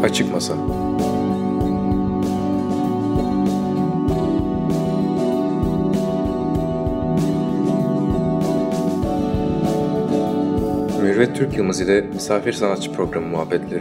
Açık Masa. Mürüvvet Türk Yılmaz ile Misafir Sanatçı Programı muhabbetleri.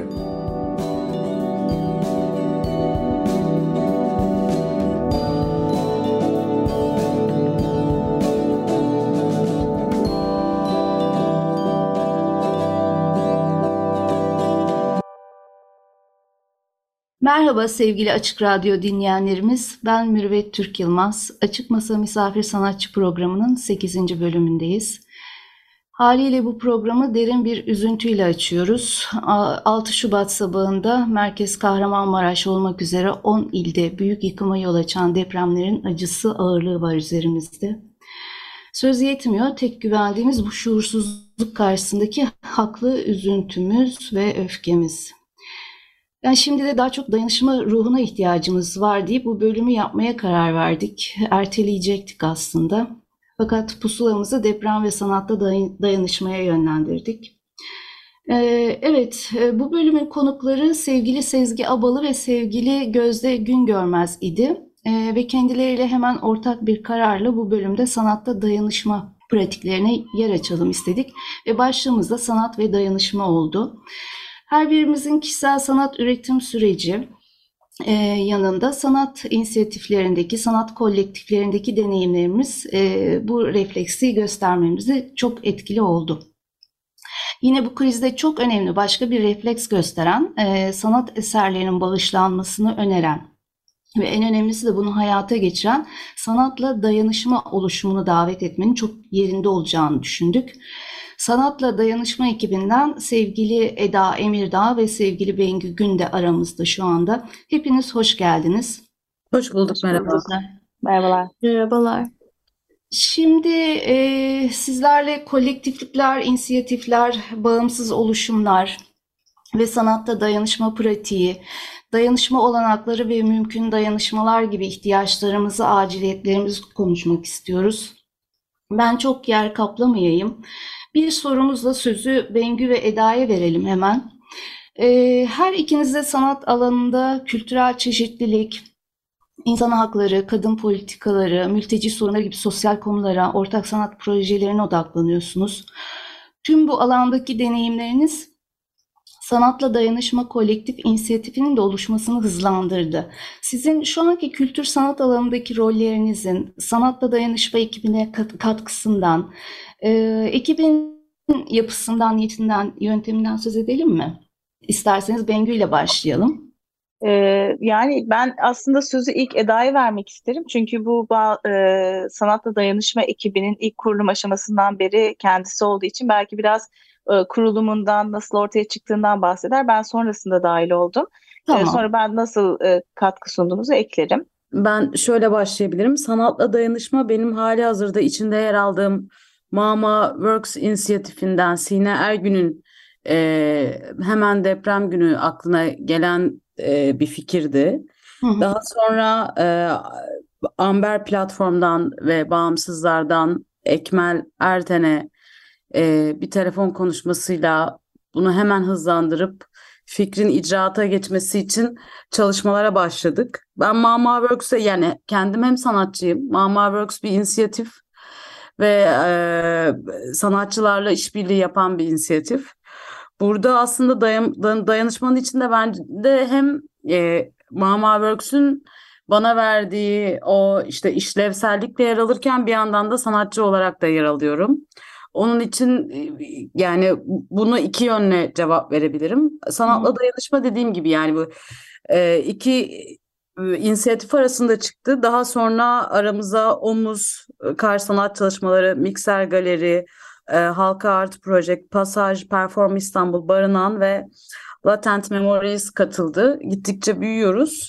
Merhaba sevgili Açık Radyo dinleyenlerimiz. Ben Mürüvvet Türk Yılmaz. Açık Masa Misafir Sanatçı Programı'nın 8. bölümündeyiz. Haliyle bu programı derin bir üzüntüyle açıyoruz. 6 Şubat sabahında merkez Kahramanmaraş olmak üzere 10 ilde büyük yıkıma yol açan depremlerin acısı, ağırlığı var üzerimizde. Söz yetmiyor, tek güvendiğimiz bu şuursuzluk karşısındaki haklı üzüntümüz ve öfkemiz. Yani şimdi de daha çok dayanışma ruhuna ihtiyacımız var deyip bu bölümü yapmaya karar verdik. Erteleyecektik aslında. Fakat pusulamızı deprem ve sanatta dayanışmaya yönlendirdik. Evet, bu bölümün konukları sevgili Sezgi Abalı ve sevgili Gözde Güngörmez idi. Ve kendileriyle hemen ortak bir kararla bu bölümde sanatta dayanışma pratiklerine yer açalım istedik. Ve başlığımız da sanat ve dayanışma oldu. Her birimizin kişisel sanat üretim süreci yanında sanat inisiyatiflerindeki, sanat kolektiflerindeki deneyimlerimiz bu refleksi göstermemize çok etkili oldu. Yine bu krizde çok önemli başka bir refleks gösteren, sanat eserlerinin bağışlanmasını öneren ve en önemlisi de bunu hayata geçiren sanatla dayanışma oluşumunu davet etmenin çok yerinde olacağını düşündük. Sanatla Dayanışma ekibinden sevgili Eda Emirdağ ve sevgili Bengü Gün de aramızda şu anda. Hepiniz hoş geldiniz. Hoş bulduk, merhaba. Merhabalar. Merhabalar. Şimdi sizlerle kolektiflikler, inisiyatifler, bağımsız oluşumlar ve sanatta dayanışma pratiği, dayanışma olanakları ve mümkün dayanışmalar gibi ihtiyaçlarımızı, aciliyetlerimizi konuşmak istiyoruz. Ben çok yer kaplamayayım. Bir sorumuzla sözü Bengü ve Eda'ya verelim hemen. Her ikiniz de sanat alanında kültürel çeşitlilik, insan hakları, kadın politikaları, mülteci sorunları gibi sosyal konulara, ortak sanat projelerine odaklanıyorsunuz. Tüm bu alandaki deneyimleriniz Sanatla Dayanışma Kolektif İnisiyatifinin de oluşmasını hızlandırdı. Sizin şu anki kültür sanat alanındaki rollerinizin Sanatla Dayanışma ekibine katkısından, ekibin yapısından, niyetinden, yönteminden söz edelim mi? İsterseniz Bengü ile başlayalım. Yani ben aslında sözü ilk Eda'ya vermek isterim. Çünkü bu Sanatla Dayanışma ekibinin ilk kurulum aşamasından beri kendisi olduğu için belki biraz kurulumundan, nasıl ortaya çıktığından bahseder. Ben sonrasında dahil oldum. Tamam. Sonra ben nasıl katkı sunduğumuzu eklerim. Ben şöyle başlayabilirim. Sanatla dayanışma benim halihazırda içinde yer aldığım Mama Works inisiyatifinden Sine Ergün'ün hemen deprem günü aklına gelen bir fikirdi. Daha sonra Amber platformdan ve bağımsızlardan Ekmel Erten'e bir telefon konuşmasıyla bunu hemen hızlandırıp fikrin icraata geçmesi için çalışmalara başladık. Ben Mama Works'e, yani kendim hem sanatçıyım. Mama Works bir inisiyatif ve sanatçılarla işbirliği yapan bir inisiyatif. Burada aslında dayanışmanın içinde bence hem Mama Works'ün bana verdiği o işte işlevsellikle yer alırken bir yandan da sanatçı olarak da yer alıyorum. Onun için yani bunu iki yönle cevap verebilirim. Sanatla dayanışma dediğim gibi yani bu iki inisiyatif arasında çıktı. Daha sonra aramıza Omuz, Kar Sanat Çalışmaları, Mikser Galeri, Halka Art Project, Pasaj, Perform İstanbul, Barınan ve Latent Memories katıldı. Gittikçe büyüyoruz.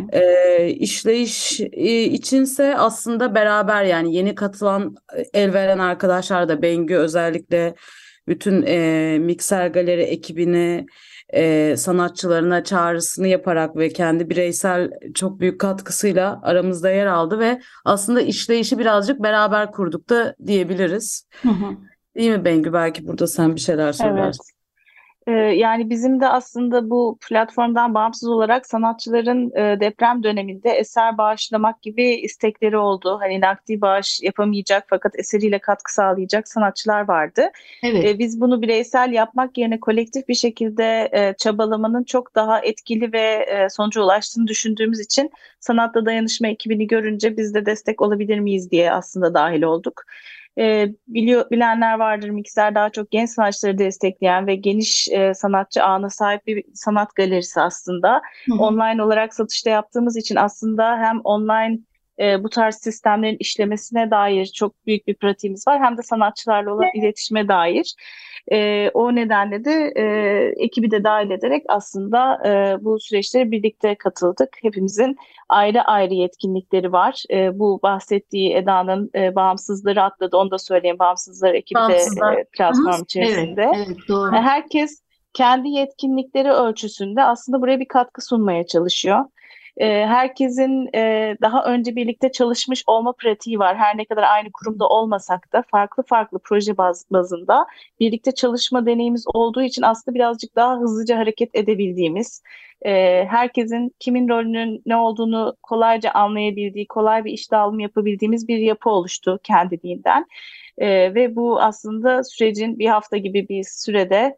İşleyiş içinse aslında beraber, yani yeni katılan, el veren arkadaşlar da Bengü özellikle bütün Mikser Galeri ekibini, sanatçılarına çağrısını yaparak ve kendi bireysel çok büyük katkısıyla aramızda yer aldı ve aslında işleyişi birazcık beraber kurduk da diyebiliriz. Değil mi Bengü? Belki burada sen bir şeyler söylersin. Evet. Yani bizim de aslında bu platformdan bağımsız olarak sanatçıların deprem döneminde eser bağışlamak gibi istekleri oldu. Hani nakdi bağış yapamayacak fakat eseriyle katkı sağlayacak sanatçılar vardı. Evet. Biz bunu bireysel yapmak yerine kolektif bir şekilde çabalamanın çok daha etkili ve sonuca ulaştığını düşündüğümüz için Sanatla Dayanışma ekibini görünce biz de destek olabilir miyiz diye aslında dahil olduk. Bilenler vardır, Mikser daha çok genç sanatçıları destekleyen ve geniş sanatçı ağına sahip bir sanat galerisi aslında. Hı hı. Online olarak satışta yaptığımız için aslında hem online bu tarz sistemlerin işlemesine dair çok büyük bir pratiğimiz var, hem de sanatçılarla olan iletişime dair. O nedenle de ekibi de dahil ederek aslında bu süreçlere birlikte katıldık. Hepimizin ayrı ayrı yetkinlikleri var. Bu bahsettiği Eda'nın Bağımsızları atladı. Onu da söyleyeyim. Bağımsızlar ekibi de Bağımsızlar. Hı hı. platform Evet, içerisinde. evet doğru. Herkes kendi yetkinlikleri ölçüsünde aslında buraya bir katkı sunmaya çalışıyor. Herkesin daha önce birlikte çalışmış olma pratiği var. Her ne kadar aynı kurumda olmasak da farklı farklı proje bazında birlikte çalışma deneyimimiz olduğu için aslında birazcık daha hızlıca hareket edebildiğimiz, herkesin kimin rolünün ne olduğunu kolayca anlayabildiği, kolay bir iş dağılımı yapabildiğimiz bir yapı oluştu kendiliğinden. Ve bu aslında sürecin bir hafta gibi bir sürede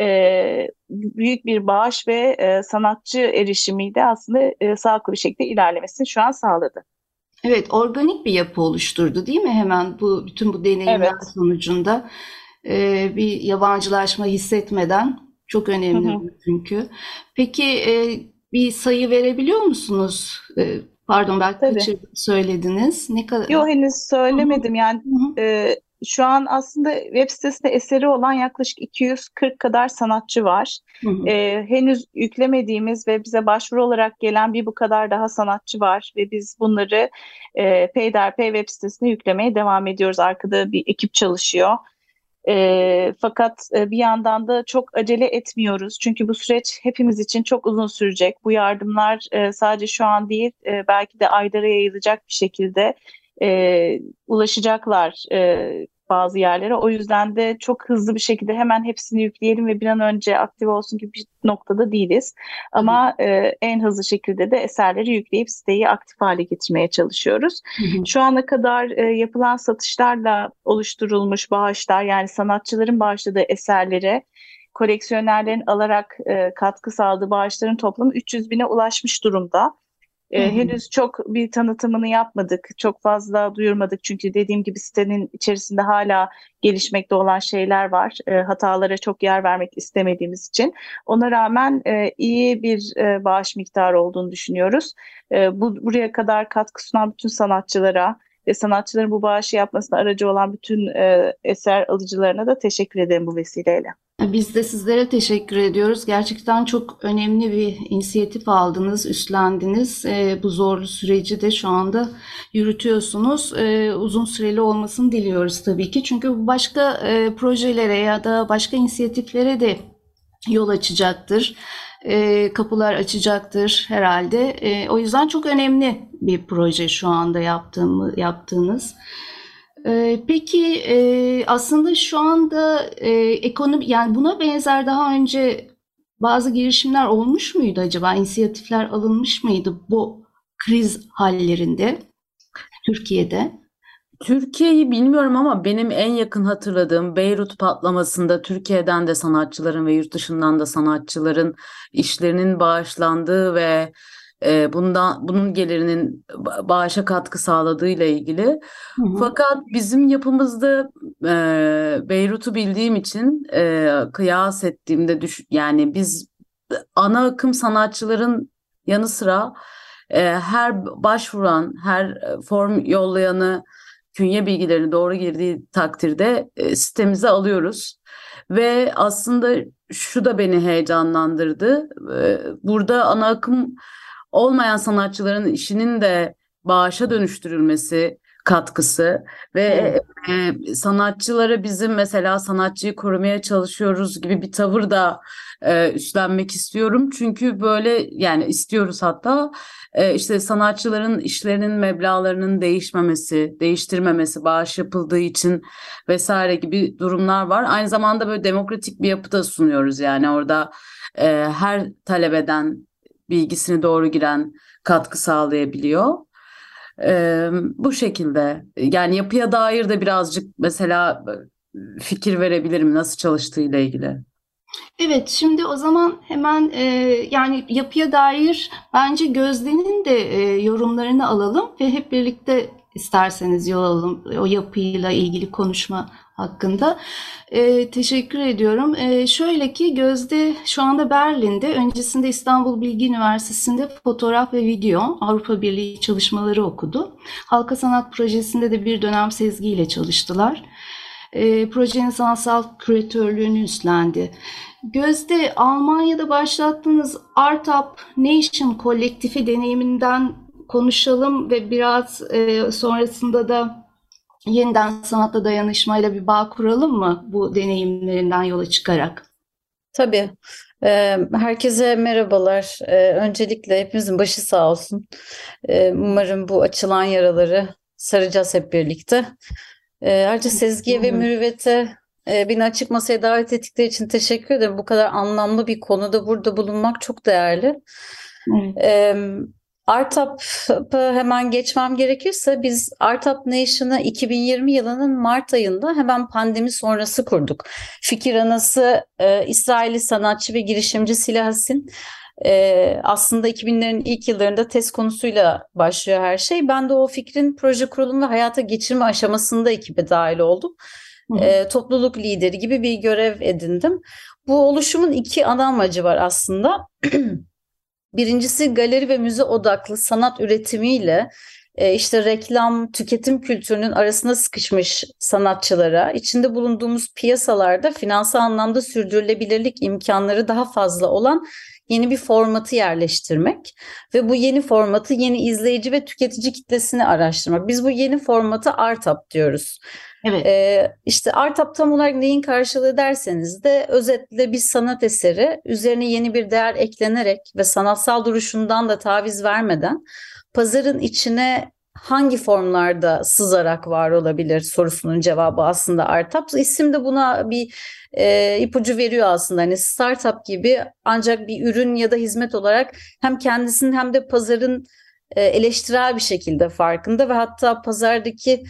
büyük bir bağış ve sanatçı erişimiyle aslında sağlıklı bir şekilde ilerlemesini şu an sağladı. Evet, organik bir yapı oluşturdu, değil mi? Hemen bütün bu deneyimler Evet. sonucunda bir yabancılaşma hissetmeden çok Hı önemli hı. bu çünkü. Peki bir sayı verebiliyor musunuz? Pardon, belki Tabii. söylediniz. Ne kadar? Yok, henüz Hı hı, söylemedim. Yani hı hı, şu an aslında web sitesinde eseri olan yaklaşık 240 kadar sanatçı var. hı hı. Henüz yüklemediğimiz ve bize başvuru olarak gelen bir bu kadar daha sanatçı var ve biz bunları peyderpey web sitesine yüklemeye devam ediyoruz. Arkada bir ekip çalışıyor. Fakat bir yandan da çok acele etmiyoruz. Çünkü bu süreç hepimiz için çok uzun sürecek. Bu yardımlar sadece şu an değil, belki de aylara yayılacak bir şekilde ulaşacaklar bazı yerlere. O yüzden de çok hızlı bir şekilde hemen hepsini yükleyelim ve bir an önce aktif olsun gibi bir noktada değiliz. Tabii. Ama en hızlı şekilde de eserleri yükleyip siteyi aktif hale getirmeye çalışıyoruz. Hı hı. Şu ana kadar yapılan satışlarla oluşturulmuş bağışlar, yani sanatçıların bağışladığı eserlere koleksiyonerlerin alarak katkı sağladığı bağışların toplamı 300 bine ulaşmış durumda. Hı hı. Henüz çok bir tanıtımını yapmadık, çok fazla duyurmadık çünkü dediğim gibi sitenin içerisinde hala gelişmekte olan şeyler var. Hatalara çok yer vermek istemediğimiz için. Ona rağmen iyi bir bağış miktarı olduğunu düşünüyoruz. Buraya kadar katkı sunan bütün sanatçılara ve sanatçıların bu bağışı yapmasına aracı olan bütün eser alıcılarına da teşekkür ederim bu vesileyle. Biz de sizlere teşekkür ediyoruz. Gerçekten çok önemli bir inisiyatif aldınız, üstlendiniz. Bu zorlu süreci de şu anda yürütüyorsunuz. Uzun süreli olmasını diliyoruz tabii ki. Çünkü bu başka projelere ya da başka inisiyatiflere de yol açacaktır. Kapılar açacaktır herhalde. O yüzden çok önemli bir proje şu anda yaptığınız. Peki aslında şu anda ekonomi, yani buna benzer daha önce bazı girişimler olmuş muydu acaba? İnisiyatifler alınmış mıydı bu kriz hallerinde Türkiye'de? Türkiye'yi bilmiyorum ama benim en yakın hatırladığım Beyrut patlamasında Türkiye'den de sanatçıların ve yurt dışından da sanatçıların işlerinin bağışlandığı ve bunun gelirinin bağışa katkı sağladığıyla ilgili. Hı hı. Fakat bizim yapımızda Beyrut'u bildiğim için kıyas ettiğimde yani biz ana akım sanatçıların yanı sıra her başvuran, her form yollayanı künye bilgilerini doğru girdiği takdirde sitemize alıyoruz. Ve aslında şu da beni heyecanlandırdı. Burada ana akım olmayan sanatçıların işinin de bağışa dönüştürülmesi, katkısı ve Evet. sanatçılara bizim mesela sanatçıyı korumaya çalışıyoruz gibi bir tavır da üstlenmek istiyorum. Çünkü böyle yani istiyoruz hatta işte sanatçıların işlerinin meblağlarının değiştirmemesi, bağış yapıldığı için vesaire gibi durumlar var. Aynı zamanda böyle demokratik bir yapı da sunuyoruz yani orada her talebeden bilgisini doğru giren katkı sağlayabiliyor. Bu şekilde yani yapıya dair de birazcık mesela fikir verebilirim nasıl çalıştığıyla ilgili. Evet, şimdi o zaman hemen yani yapıya dair bence Gözde'nin de yorumlarını alalım ve hep birlikte isterseniz yol alalım o yapıyla ilgili konuşma hakkında. Teşekkür ediyorum. Şöyle ki Gözde şu anda Berlin'de, öncesinde İstanbul Bilgi Üniversitesi'nde fotoğraf ve video Avrupa Birliği çalışmaları okudu. Halka Sanat Projesi'nde de bir dönem Sezgi ile çalıştılar. Projenin sanatsal küratörlüğünü üstlendi. Gözde, Almanya'da başlattığınız Art Up Nation kolektifi deneyiminden konuşalım ve biraz sonrasında da yeniden sanatla dayanışmayla bir bağ kuralım mı bu deneyimlerinden yola çıkarak? Tabii. Herkese merhabalar. Öncelikle hepimizin başı sağ olsun. Umarım bu açılan yaraları saracağız hep birlikte. Ayrıca Sezgi'ye ve Mürüvvet'e beni açık masaya davet ettikleri için teşekkür ederim. Bu kadar anlamlı bir konuda burada bulunmak çok değerli. Evet. Artup'ı hemen geçmem gerekirse biz Artup Nation'ı 2020 yılının Mart ayında hemen pandemi sonrası kurduk. Fikir anası İsrailli sanatçı ve girişimci Silahasin. Aslında 2000'lerin ilk yıllarında tez konusuyla başlıyor her şey. Ben de o fikrin proje kurulum ve hayata geçirme aşamasında ekibe dahil oldum. Topluluk lideri gibi bir görev edindim. Bu oluşumun iki ana amacı var aslında. Birincisi galeri ve müze odaklı sanat üretimiyle işte reklam, tüketim kültürünün arasına sıkışmış sanatçılara, içinde bulunduğumuz piyasalarda finansal anlamda sürdürülebilirlik imkanları daha fazla olan yeni bir formatı yerleştirmek ve bu yeni formatı yeni izleyici ve tüketici kitlesini araştırmak. Biz bu yeni formatı Artup diyoruz. Evet. İşte Artup tam olarak neyin karşılığı derseniz de özetle bir sanat eseri üzerine yeni bir değer eklenerek ve sanatsal duruşundan da taviz vermeden pazarın içine hangi formlarda sızarak var olabilir sorusunun cevabı aslında Artup. İsim de buna bir ipucu veriyor aslında. Hani startup gibi ancak bir ürün ya da hizmet olarak hem kendisinin hem de pazarın eleştirel bir şekilde farkında ve hatta pazardaki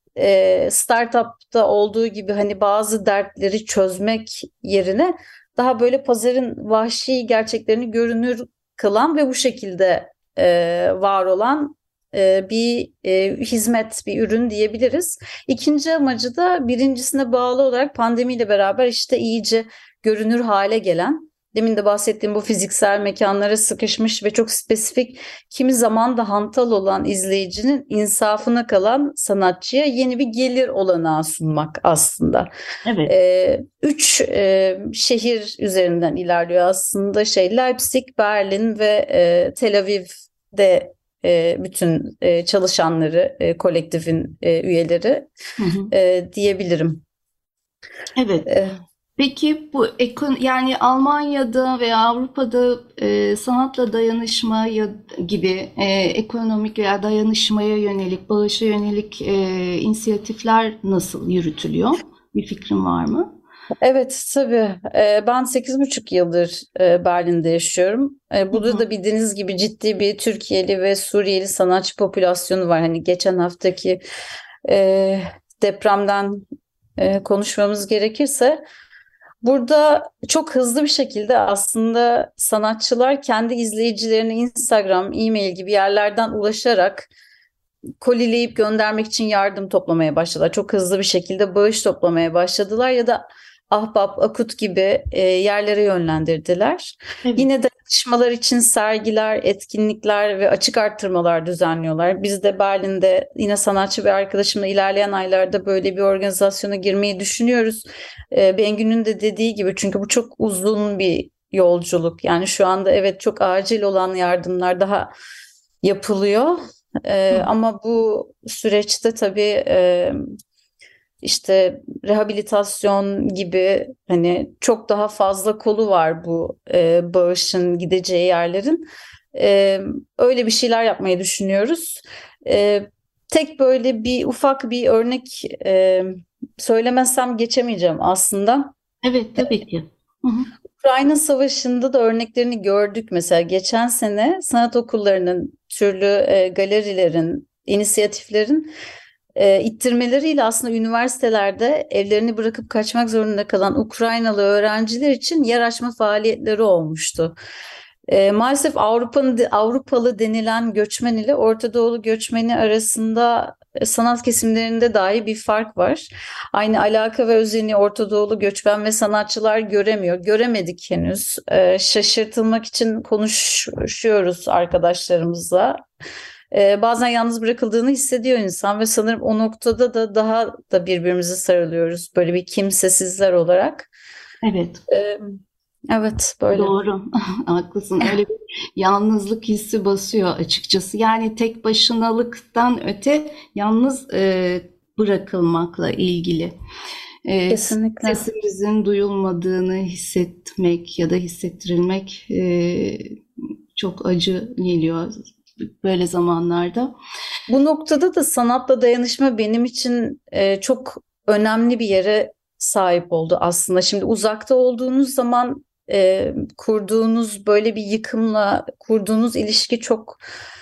startup'ta olduğu gibi hani bazı dertleri çözmek yerine daha böyle pazarın vahşi gerçeklerini görünür kılan ve bu şekilde var olan bir hizmet, bir ürün diyebiliriz. İkinci amacı da birincisine bağlı olarak pandemiyle beraber işte iyice görünür hale gelen, demin de bahsettiğim bu fiziksel mekanlara sıkışmış ve çok spesifik, kimi zaman da hantal olan izleyicinin insafına kalan sanatçıya yeni bir gelir olanağı sunmak aslında. Evet. Üç şehir üzerinden ilerliyor aslında Leipzig, Berlin ve Tel Aviv'de bütün çalışanları, kolektifin üyeleri diyebilirim. Evet. Peki bu yani Almanya'da veya Avrupa'da sanatla dayanışma gibi ekonomik veya dayanışmaya yönelik, bağışa yönelik inisiyatifler nasıl yürütülüyor? Bir fikrin var mı? Evet, tabii. Ben 8,5 yıldır Berlin'de yaşıyorum. Burada da bildiğiniz gibi ciddi bir Türkiye'li ve Suriyeli sanatçı popülasyonu var. Hani geçen haftaki depremden konuşmamız gerekirse, burada çok hızlı bir şekilde aslında sanatçılar kendi izleyicilerine Instagram, e-mail gibi yerlerden ulaşarak kolileyip göndermek için yardım toplamaya başladılar. Çok hızlı bir şekilde bağış toplamaya başladılar ya da Ahbap, Akut gibi yerlere yönlendirdiler. Evet. Yine dayanışmalar için sergiler, etkinlikler ve açık arttırmalar düzenliyorlar. Biz de Berlin'de yine sanatçı bir arkadaşımla ilerleyen aylarda böyle bir organizasyona girmeyi düşünüyoruz. Bengü'nün de dediği gibi, çünkü bu çok uzun bir yolculuk. Yani şu anda evet çok acil olan yardımlar daha yapılıyor. Ama bu süreçte tabii işte rehabilitasyon gibi hani çok daha fazla kolu var bu bağışın gideceği yerlerin. Öyle bir şeyler yapmayı düşünüyoruz. Tek böyle bir ufak bir örnek söylemezsem geçemeyeceğim aslında. Evet, tabii ki. Hı hı. Ukrayna Savaşı'nda da örneklerini gördük. Mesela geçen sene sanat okullarının, türlü galerilerin, inisiyatiflerin ittirmeleriyle aslında üniversitelerde evlerini bırakıp kaçmak zorunda kalan Ukraynalı öğrenciler için yer açma faaliyetleri olmuştu. Maalesef Avrupalı denilen göçmen ile Orta Doğulu göçmeni arasında sanat kesimlerinde dahi bir fark var. Aynı alaka ve özeni Orta Doğulu göçmen ve sanatçılar göremiyor. Göremedik henüz. Şaşırtılmak için konuşuyoruz arkadaşlarımızla. Bazen yalnız bırakıldığını hissediyor insan ve sanırım o noktada da daha da birbirimize sarılıyoruz. Böyle bir kimsesizler olarak. Evet. Evet, böyle. Doğru. Haklısın. Öyle bir yalnızlık hissi basıyor açıkçası. Yani tek başınalıktan öte yalnız bırakılmakla ilgili. Kesinlikle. Sesimizin duyulmadığını hissetmek ya da hissettirilmek çok acı geliyor böyle zamanlarda. Bu noktada da sanatla dayanışma benim için çok önemli bir yere sahip oldu aslında. Şimdi uzakta olduğunuz zaman kurduğunuz böyle bir yıkımla kurduğunuz ilişki çok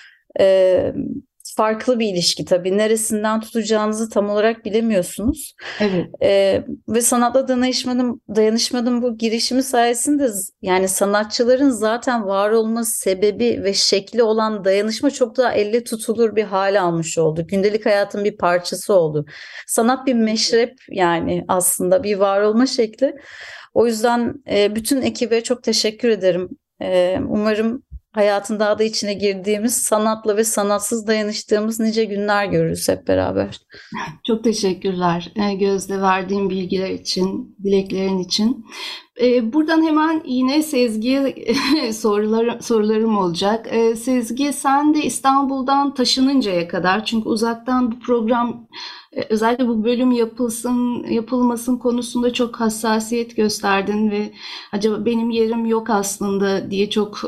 farklı bir ilişki tabii. Neresinden tutacağınızı tam olarak bilemiyorsunuz. Evet. Ve sanatla dayanışmanın bu girişimi sayesinde yani sanatçıların zaten var olma sebebi ve şekli olan dayanışma çok daha elle tutulur bir hale almış oldu. Gündelik hayatın bir parçası oldu. Sanat bir meşrep, yani aslında bir var olma şekli. O yüzden bütün ekibe çok teşekkür ederim. Umarım hayatın daha da içine girdiğimiz, sanatla ve sanatsız dayanıştığımız nice günler görürüz hep beraber. Çok teşekkürler Gözde, verdiğin bilgiler için, dileklerin için. Buradan hemen yine Sezgi'ye sorularım olacak. Sezgi, sen de İstanbul'dan taşınıncaya kadar, çünkü uzaktan bu program, özellikle bu bölüm yapılmasın konusunda çok hassasiyet gösterdin ve acaba benim yerim yok aslında diye çok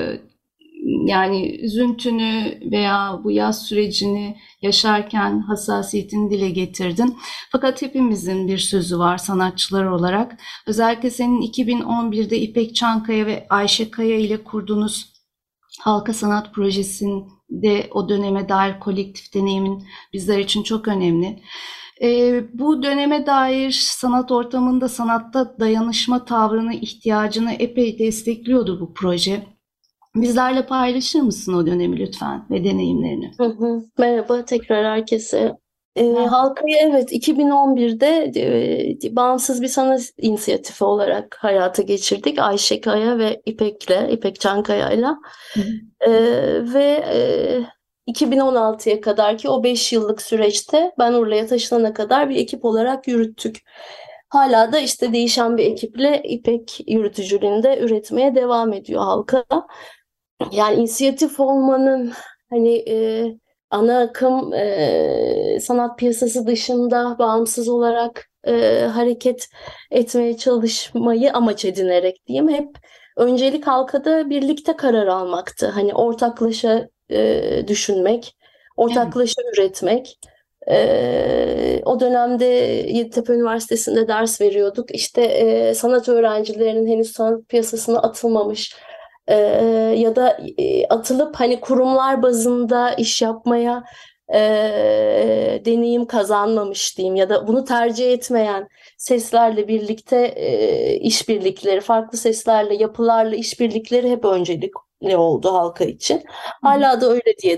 yani üzüntünü veya bu yaz sürecini yaşarken hassasiyetini dile getirdin. Fakat hepimizin bir sözü var sanatçılar olarak. Özellikle senin 2011'de İpek Çankaya ve Ayşe Kaya ile kurduğunuz Halka Sanat Projesi'nde o döneme dair kolektif deneyimin bizler için çok önemli. Bu döneme dair sanat ortamında sanatta dayanışma tavrını, ihtiyacını epey destekliyordu bu proje. Bizlerle paylaşır mısın o dönemi lütfen ve deneyimlerini? Merhaba tekrar herkese. Halkayı evet 2011'de bağımsız bir sanat inisiyatifi olarak hayata geçirdik. Ayşe Kaya ve İpek Çankaya'yla. Ve 2016'ya kadarki o 5 yıllık süreçte ben Urla'ya taşınana kadar bir ekip olarak yürüttük. Hala da işte değişen bir ekiple İpek yürütücülüğünde üretmeye devam ediyor Halka. Yani inisiyatif olmanın hani ana akım sanat piyasası dışında bağımsız olarak hareket etmeye çalışmayı amaç edinerek diyeyim, hep öncelik Halka'da birlikte karar almaktı. Hani ortaklaşa düşünmek, ortaklaşa üretmek. O dönemde Yeditepe Üniversitesi'nde ders veriyorduk. İşte sanat öğrencilerinin henüz sanat piyasasına atılmamış ya da atılıp hani kurumlar bazında iş yapmaya deneyim kazanmamış diyeyim ya da bunu tercih etmeyen seslerle birlikte işbirlikleri, farklı seslerle, yapılarla işbirlikleri hep öncelikli oldu Halka için. Hala da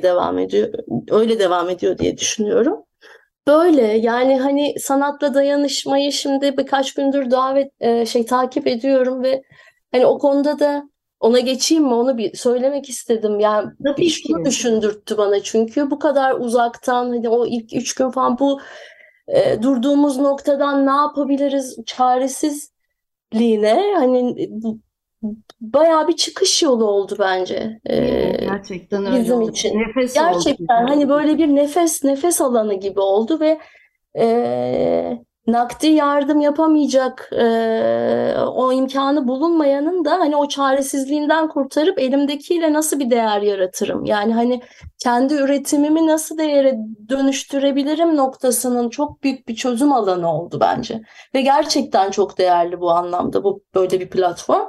öyle devam ediyor diye düşünüyorum. Böyle yani hani sanatla dayanışmayı şimdi birkaç gündür takip ediyorum ve hani o konuda da ona geçeyim mi, onu bir söylemek istedim. Yani Tabii şunu ki. düşündürttü bana, çünkü bu kadar uzaktan hani o ilk 3 gün falan bu durduğumuz noktadan ne yapabiliriz çaresizliğine, hani bayağı bir çıkış yolu oldu bence Gerçekten öyle bizim oldu. için. Nefes oldu. Gerçekten hani böyle bir nefes alanı gibi oldu ve nakdi yardım yapamayacak o imkanı bulunmayanın da hani o çaresizliğinden kurtarıp elimdekiyle nasıl bir değer yaratırım? Yani hani kendi üretimimi nasıl değere dönüştürebilirim noktasının çok büyük bir çözüm alanı oldu bence. Ve gerçekten çok değerli bu anlamda bu böyle bir platform.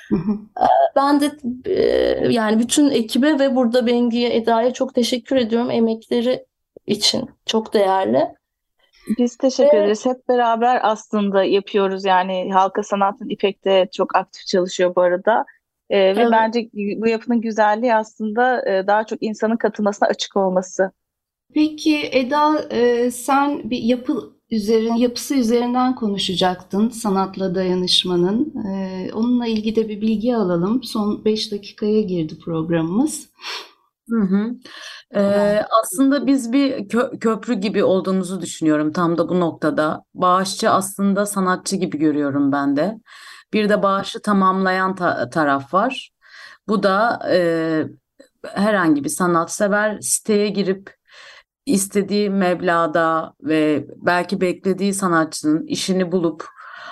Ben de yani bütün ekibe ve burada Bengi'ye, Eda'ya çok teşekkür ediyorum emekleri için. Çok değerli. Biz teşekkür ederiz. Hep beraber aslında yapıyoruz. Yani Halka Sanat'ın İpek'te çok aktif çalışıyor bu arada. Ve Evet. bence bu yapının güzelliği aslında daha çok insanın katılmasına açık olması. Peki Eda, sen bir yapısı üzerinden konuşacaktın sanatla dayanışmanın. Onunla ilgili de bir bilgi alalım. Son 5 dakikaya girdi programımız. Hı hı. Aslında biz bir köprü gibi olduğumuzu düşünüyorum tam da bu noktada. Bağışçı aslında sanatçı gibi görüyorum ben de. Bir de bağışı tamamlayan taraf var. Bu da herhangi bir sanatsever siteye girip istediği meblağda ve belki beklediği sanatçının işini bulup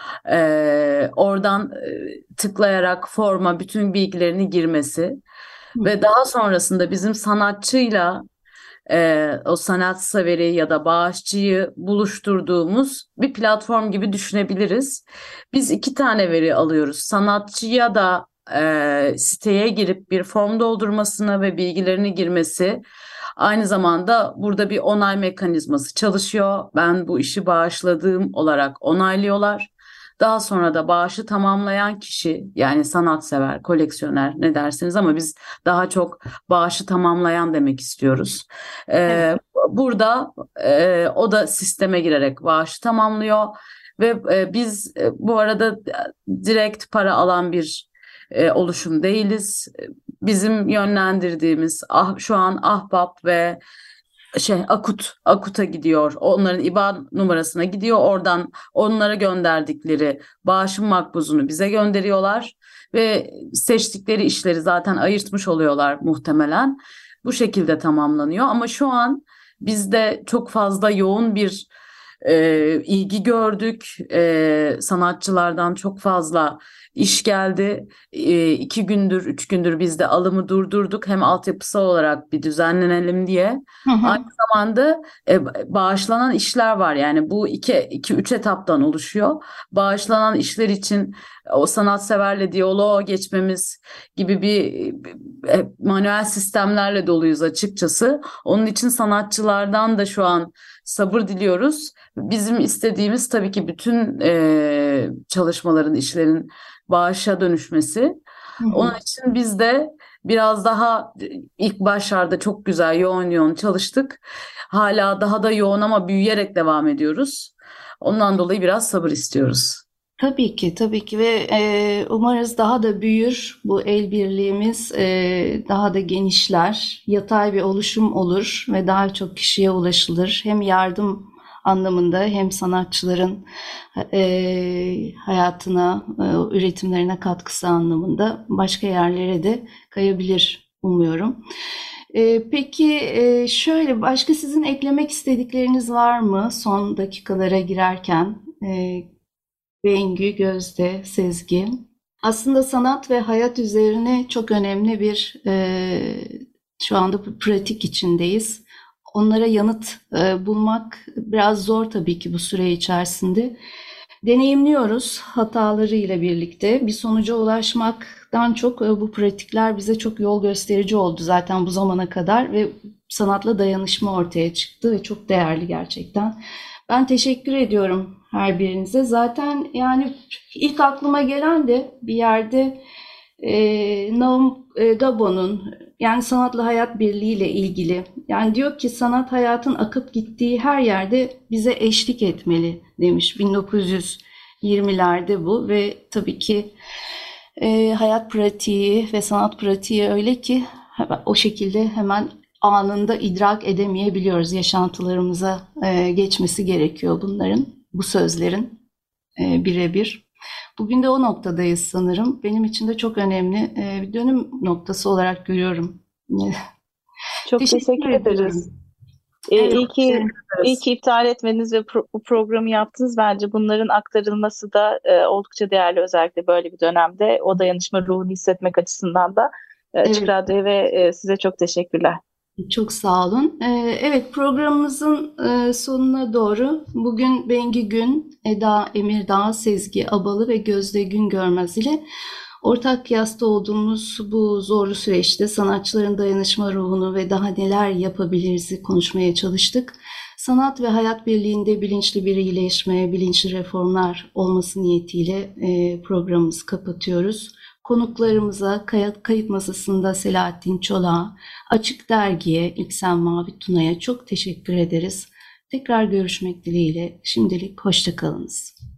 oradan tıklayarak forma bütün bilgilerini girmesi ve daha sonrasında bizim sanatçıyla o sanatsseveri ya da bağışçıyı buluşturduğumuz bir platform gibi düşünebiliriz. Biz 2 tane veri alıyoruz. Sanatçıya da siteye girip bir form doldurmasını ve bilgilerini girmesi. Aynı zamanda burada bir onay mekanizması çalışıyor. Ben bu işi bağışladığım olarak onaylıyorlar. Daha sonra da bağışı tamamlayan kişi yani sanatsever, koleksiyoner ne dersiniz ama biz daha çok bağışı tamamlayan demek istiyoruz. Evet. Burada o da sisteme girerek bağışı tamamlıyor ve biz bu arada direkt para alan bir oluşum değiliz. Bizim yönlendirdiğimiz şu an Ahbap ve Akut'a gidiyor. Onların IBAN numarasına gidiyor. Oradan onlara gönderdikleri bağışın makbuzunu bize gönderiyorlar ve seçtikleri işleri zaten ayırtmış oluyorlar muhtemelen. Bu şekilde tamamlanıyor. Ama şu an bizde çok fazla yoğun bir ilgi gördük. Sanatçılardan çok fazla iş geldi. 2 gündür, 3 gündür biz de alımı durdurduk. Hem altyapısal olarak bir düzenlenelim diye. Aynı zamanda bağışlanan işler var. Yani bu 2-3 etaptan oluşuyor. Bağışlanan işler için o sanatseverle diyaloğa geçmemiz gibi bir manuel sistemlerle doluyuz açıkçası. Onun için sanatçılardan da şu an sabır diliyoruz. Bizim istediğimiz tabii ki bütün çalışmaların, işlerin bağışa dönüşmesi. Onun için biz de biraz daha ilk başlarda çok güzel yoğun çalıştık. Hala daha da yoğun ama büyüyerek devam ediyoruz. Ondan dolayı biraz sabır istiyoruz. Tabii ki ve umarız daha da büyür bu el birliğimiz, daha da genişler, yatay bir oluşum olur ve daha çok kişiye ulaşılır. Hem yardım anlamında hem sanatçıların hayatına, üretimlerine katkısı anlamında başka yerlere de kayabilir umuyorum. Peki şöyle başka sizin eklemek istedikleriniz var mı son dakikalara girerken? Bengü, Gözde, Sezgi. Aslında sanat ve hayat üzerine çok önemli bir şu anda bir pratik içindeyiz. Onlara yanıt bulmak biraz zor tabii ki bu süre içerisinde. Deneyimliyoruz hatalarıyla birlikte. Bir sonuca ulaşmaktan çok bu pratikler bize çok yol gösterici oldu zaten bu zamana kadar ve sanatla dayanışma ortaya çıktı ve çok değerli gerçekten. Ben teşekkür ediyorum her birinize. Zaten yani ilk aklıma gelen de bir yerde Naum Gabo'nun yani sanatla hayat birliği ile ilgili. Yani diyor ki sanat hayatın akıp gittiği her yerde bize eşlik etmeli demiş 1920'lerde bu ve tabii ki hayat pratiği ve sanat pratiği öyle ki o şekilde hemen anında idrak edemeyebiliyoruz. Yaşantılarımıza geçmesi gerekiyor bunların, bu sözlerin birebir. Bugün de o noktadayız sanırım. Benim için de çok önemli bir dönüm noktası olarak görüyorum. Çok teşekkür ederiz. Evet, iyi ki iptal etmeniz ve bu programı yaptınız. Bence bunların aktarılması da oldukça değerli, özellikle böyle bir dönemde o dayanışma ruhunu hissetmek açısından da. Açık Radyo ve size çok teşekkürler. Çok sağ olun. Evet, programımızın sonuna doğru bugün Bengi Gün, Eda Emirdağ, Sezgi Abalı ve Gözde Güngörmez ile ortak yasta olduğumuz bu zorlu süreçte sanatçıların dayanışma ruhunu ve daha neler yapabiliriz'i konuşmaya çalıştık. Sanat ve hayat birliğinde bilinçli bir iyileşme, bilinçli reformlar olması niyetiyle programımızı kapatıyoruz. Konuklarımıza Kayıt Masası'nda Selahattin Çolak'a, Açık Dergi'ye, İlksen Mavi Tuna'ya çok teşekkür ederiz. Tekrar görüşmek dileğiyle. Şimdilik hoşça kalınız.